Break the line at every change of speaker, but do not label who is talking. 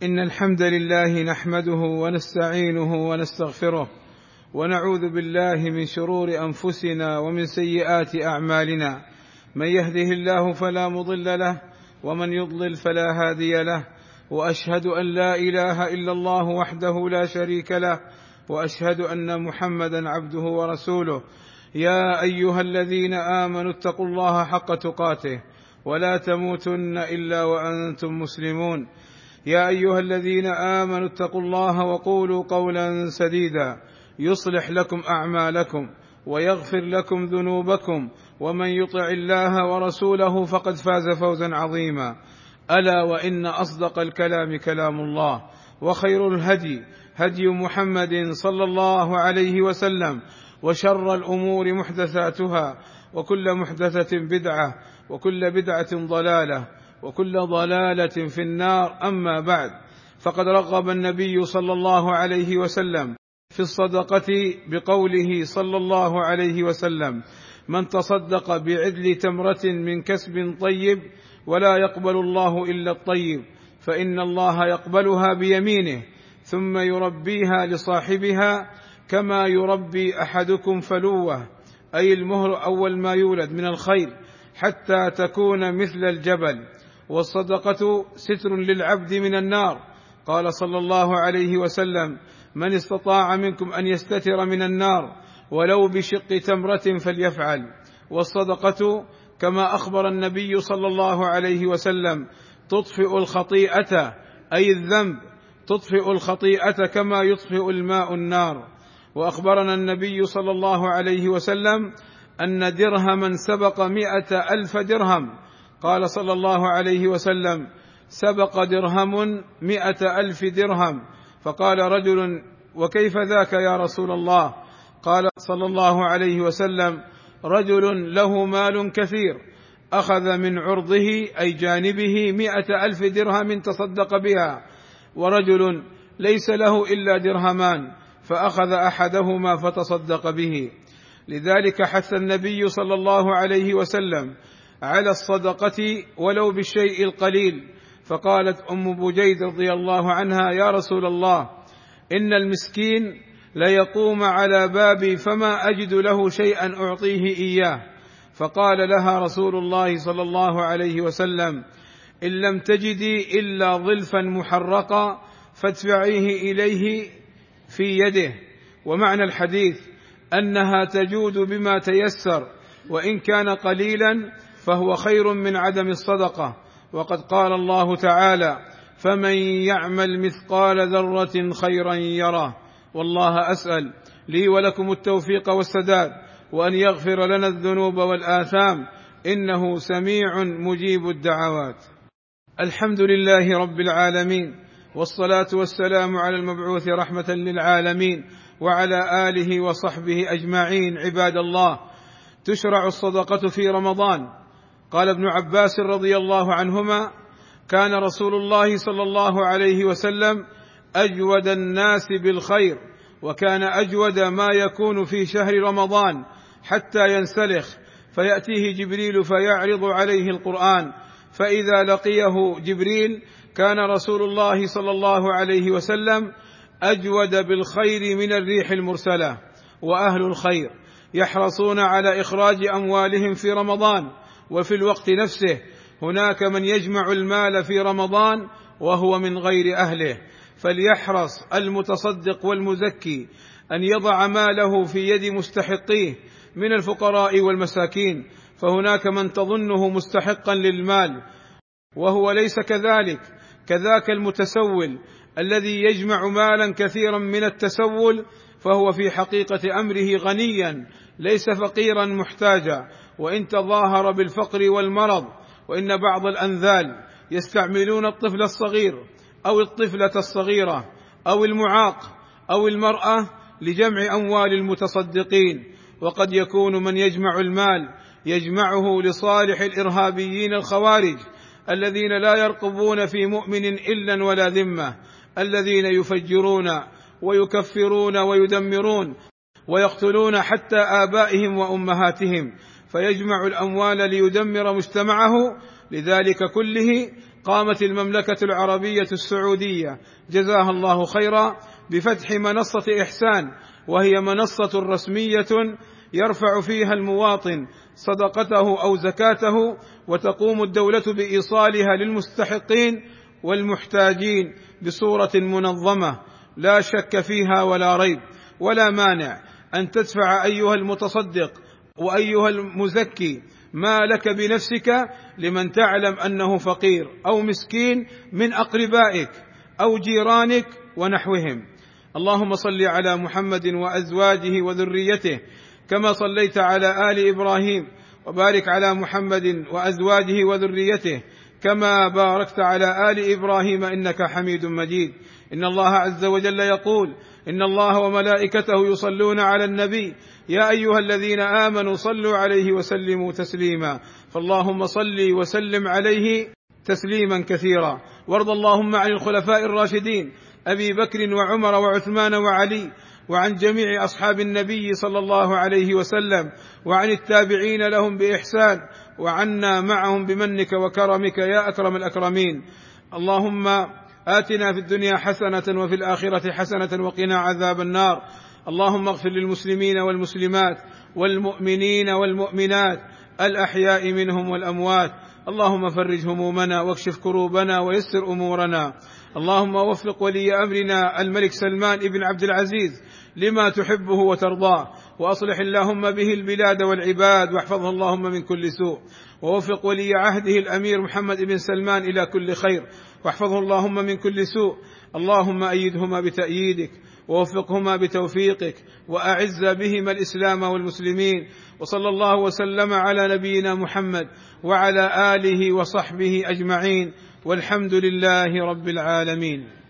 إن الحمد لله نحمده ونستعينه ونستغفره، ونعوذ بالله من شرور أنفسنا ومن سيئات أعمالنا. من يهده الله فلا مضل له، ومن يضلل فلا هادي له. وأشهد أن لا إله إلا الله وحده لا شريك له، وأشهد أن محمدا عبده ورسوله. يا أيها الذين آمنوا اتقوا الله حق تقاته ولا تموتن إلا وأنتم مسلمون. يا أيها الذين آمنوا اتقوا الله وقولوا قولا سديدا يصلح لكم أعمالكم ويغفر لكم ذنوبكم، ومن يطع الله ورسوله فقد فاز فوزا عظيما. ألا وإن أصدق الكلام كلام الله، وخير الهدي هدي محمد صلى الله عليه وسلم، وشر الأمور محدثاتها، وكل محدثة بدعة، وكل بدعة ضلالة، وكل ضلالة في النار. أما بعد، فقد رغب النبي صلى الله عليه وسلم في الصدقة بقوله صلى الله عليه وسلم: من تصدق بعدل تمرة من كسب طيب ولا يقبل الله إلا الطيب، فإن الله يقبلها بيمينه ثم يربيها لصاحبها كما يربي أحدكم فلوه، أي المهر أول ما يولد من الخير، حتى تكون مثل الجبل. والصدقة ستر للعبد من النار. قال صلى الله عليه وسلم: من استطاع منكم أن يستتر من النار ولو بشق تمرة فليفعل. والصدقة كما أخبر النبي صلى الله عليه وسلم تطفئ الخطيئة، أي الذنب، تطفئ الخطيئة كما يطفئ الماء النار. وأخبرنا النبي صلى الله عليه وسلم أن درهما سبق 100,000 درهم. قال صلى الله عليه وسلم: سبق درهم 100,000 درهم. فقال رجل: وكيف ذاك يا رسول الله؟ قال صلى الله عليه وسلم: رجل له مال كثير أخذ من عرضه أي جانبه 100,000 درهم تصدق بها، ورجل ليس له إلا درهمان فأخذ أحدهما فتصدق به. لذلك حث النبي صلى الله عليه وسلم على الصدقة ولو بالشيء القليل. فقالت أم بجيد رضي الله عنها: يا رسول الله، إن المسكين ليقوم على بابي فما أجد له شيئا أعطيه إياه. فقال لها رسول الله صلى الله عليه وسلم: إن لم تجدي إلا ظلفا محرقا فادفعيه إليه في يده. ومعنى الحديث أنها تجود بما تيسر، وإن كان قليلا فهو خير من عدم الصدقة. وقد قال الله تعالى: فمن يعمل مثقال ذرة خيرا يره. والله أسأل لي ولكم التوفيق والسداد، وأن يغفر لنا الذنوب والآثام، إنه سميع مجيب الدعوات. الحمد لله رب العالمين، والصلاة والسلام على المبعوث رحمة للعالمين، وعلى آله وصحبه أجمعين. عباد الله، تشرع الصدقة في رمضان. قال ابن عباس رضي الله عنهما: كان رسول الله صلى الله عليه وسلم أجود الناس بالخير، وكان أجود ما يكون في شهر رمضان حتى ينسلخ، فيأتيه جبريل فيعرض عليه القرآن، فإذا لقيه جبريل كان رسول الله صلى الله عليه وسلم أجود بالخير من الريح المرسلة. وأهل الخير يحرصون على إخراج أموالهم في رمضان. وفي الوقت نفسه هناك من يجمع المال في رمضان وهو من غير أهله، فليحرص المتصدق والمزكي أن يضع ماله في يد مستحقيه من الفقراء والمساكين، فهناك من تظنه مستحقا للمال وهو ليس كذلك. كذاك المتسول الذي يجمع مالا كثيرا من التسول، فهو في حقيقة أمره غنيا ليس فقيرا محتاجا، وإن تظاهر بالفقر والمرض. وإن بعض الأنذال يستعملون الطفل الصغير أو الطفلة الصغيرة أو المعاق أو المرأة لجمع أموال المتصدقين. وقد يكون من يجمع المال يجمعه لصالح الإرهابيين الخوارج الذين لا يرقبون في مؤمن إلا ولا ذمة، الذين يفجرون ويكفرون ويدمرون ويقتلون حتى آبائهم وأمهاتهم، فيجمع الأموال ليدمر مجتمعه. لذلك كله قامت المملكة العربية السعودية جزاها الله خيرا بفتح منصة إحسان، وهي منصة رسمية يرفع فيها المواطن صدقته أو زكاته، وتقوم الدولة بإيصالها للمستحقين والمحتاجين بصورة منظمة لا شك فيها ولا ريب. ولا مانع أن تدفع أيها المتصدق وأيها المزكي مالك بنفسك لمن تعلم أنه فقير أو مسكين من أقربائك أو جيرانك ونحوهم. اللهم صل على محمد وأزواجه وذريته كما صليت على آل إبراهيم، وبارك على محمد وأزواجه وذريته كما باركت على آل إبراهيم إنك حميد مجيد. إن الله عز وجل يقول: إن الله وملائكته يصلون على النبي يا أيها الذين آمنوا صلوا عليه وسلموا تسليما. فاللهم صل وسلم عليه تسليما كثيرا. وارض اللهم عن الخلفاء الراشدين أبي بكر وعمر وعثمان وعلي، وعن جميع أصحاب النبي صلى الله عليه وسلم، وعن التابعين لهم بإحسان، وعنا معهم بمنك وكرمك يا أكرم الأكرمين. اللهم آتنا في الدنيا حسنة وفي الآخرة حسنة وقنا عذاب النار. اللهم اغفر للمسلمين والمسلمات والمؤمنين والمؤمنات الأحياء منهم والأموات. اللهم فرج همومنا واكشف كروبنا ويسر أمورنا. اللهم وفق ولي أمرنا الملك سلمان بن عبد العزيز لما تحبه وترضاه، وأصلح اللهم به البلاد والعباد، واحفظه اللهم من كل سوء. ووفق ولي عهده الأمير محمد بن سلمان إلى كل خير، واحفظه اللهم من كل سوء. اللهم أيدهما بتأييدك، ووفقهما بتوفيقك، وأعز بهما الإسلام والمسلمين. وصلى الله وسلم على نبينا محمد وعلى آله وصحبه أجمعين، والحمد لله رب العالمين.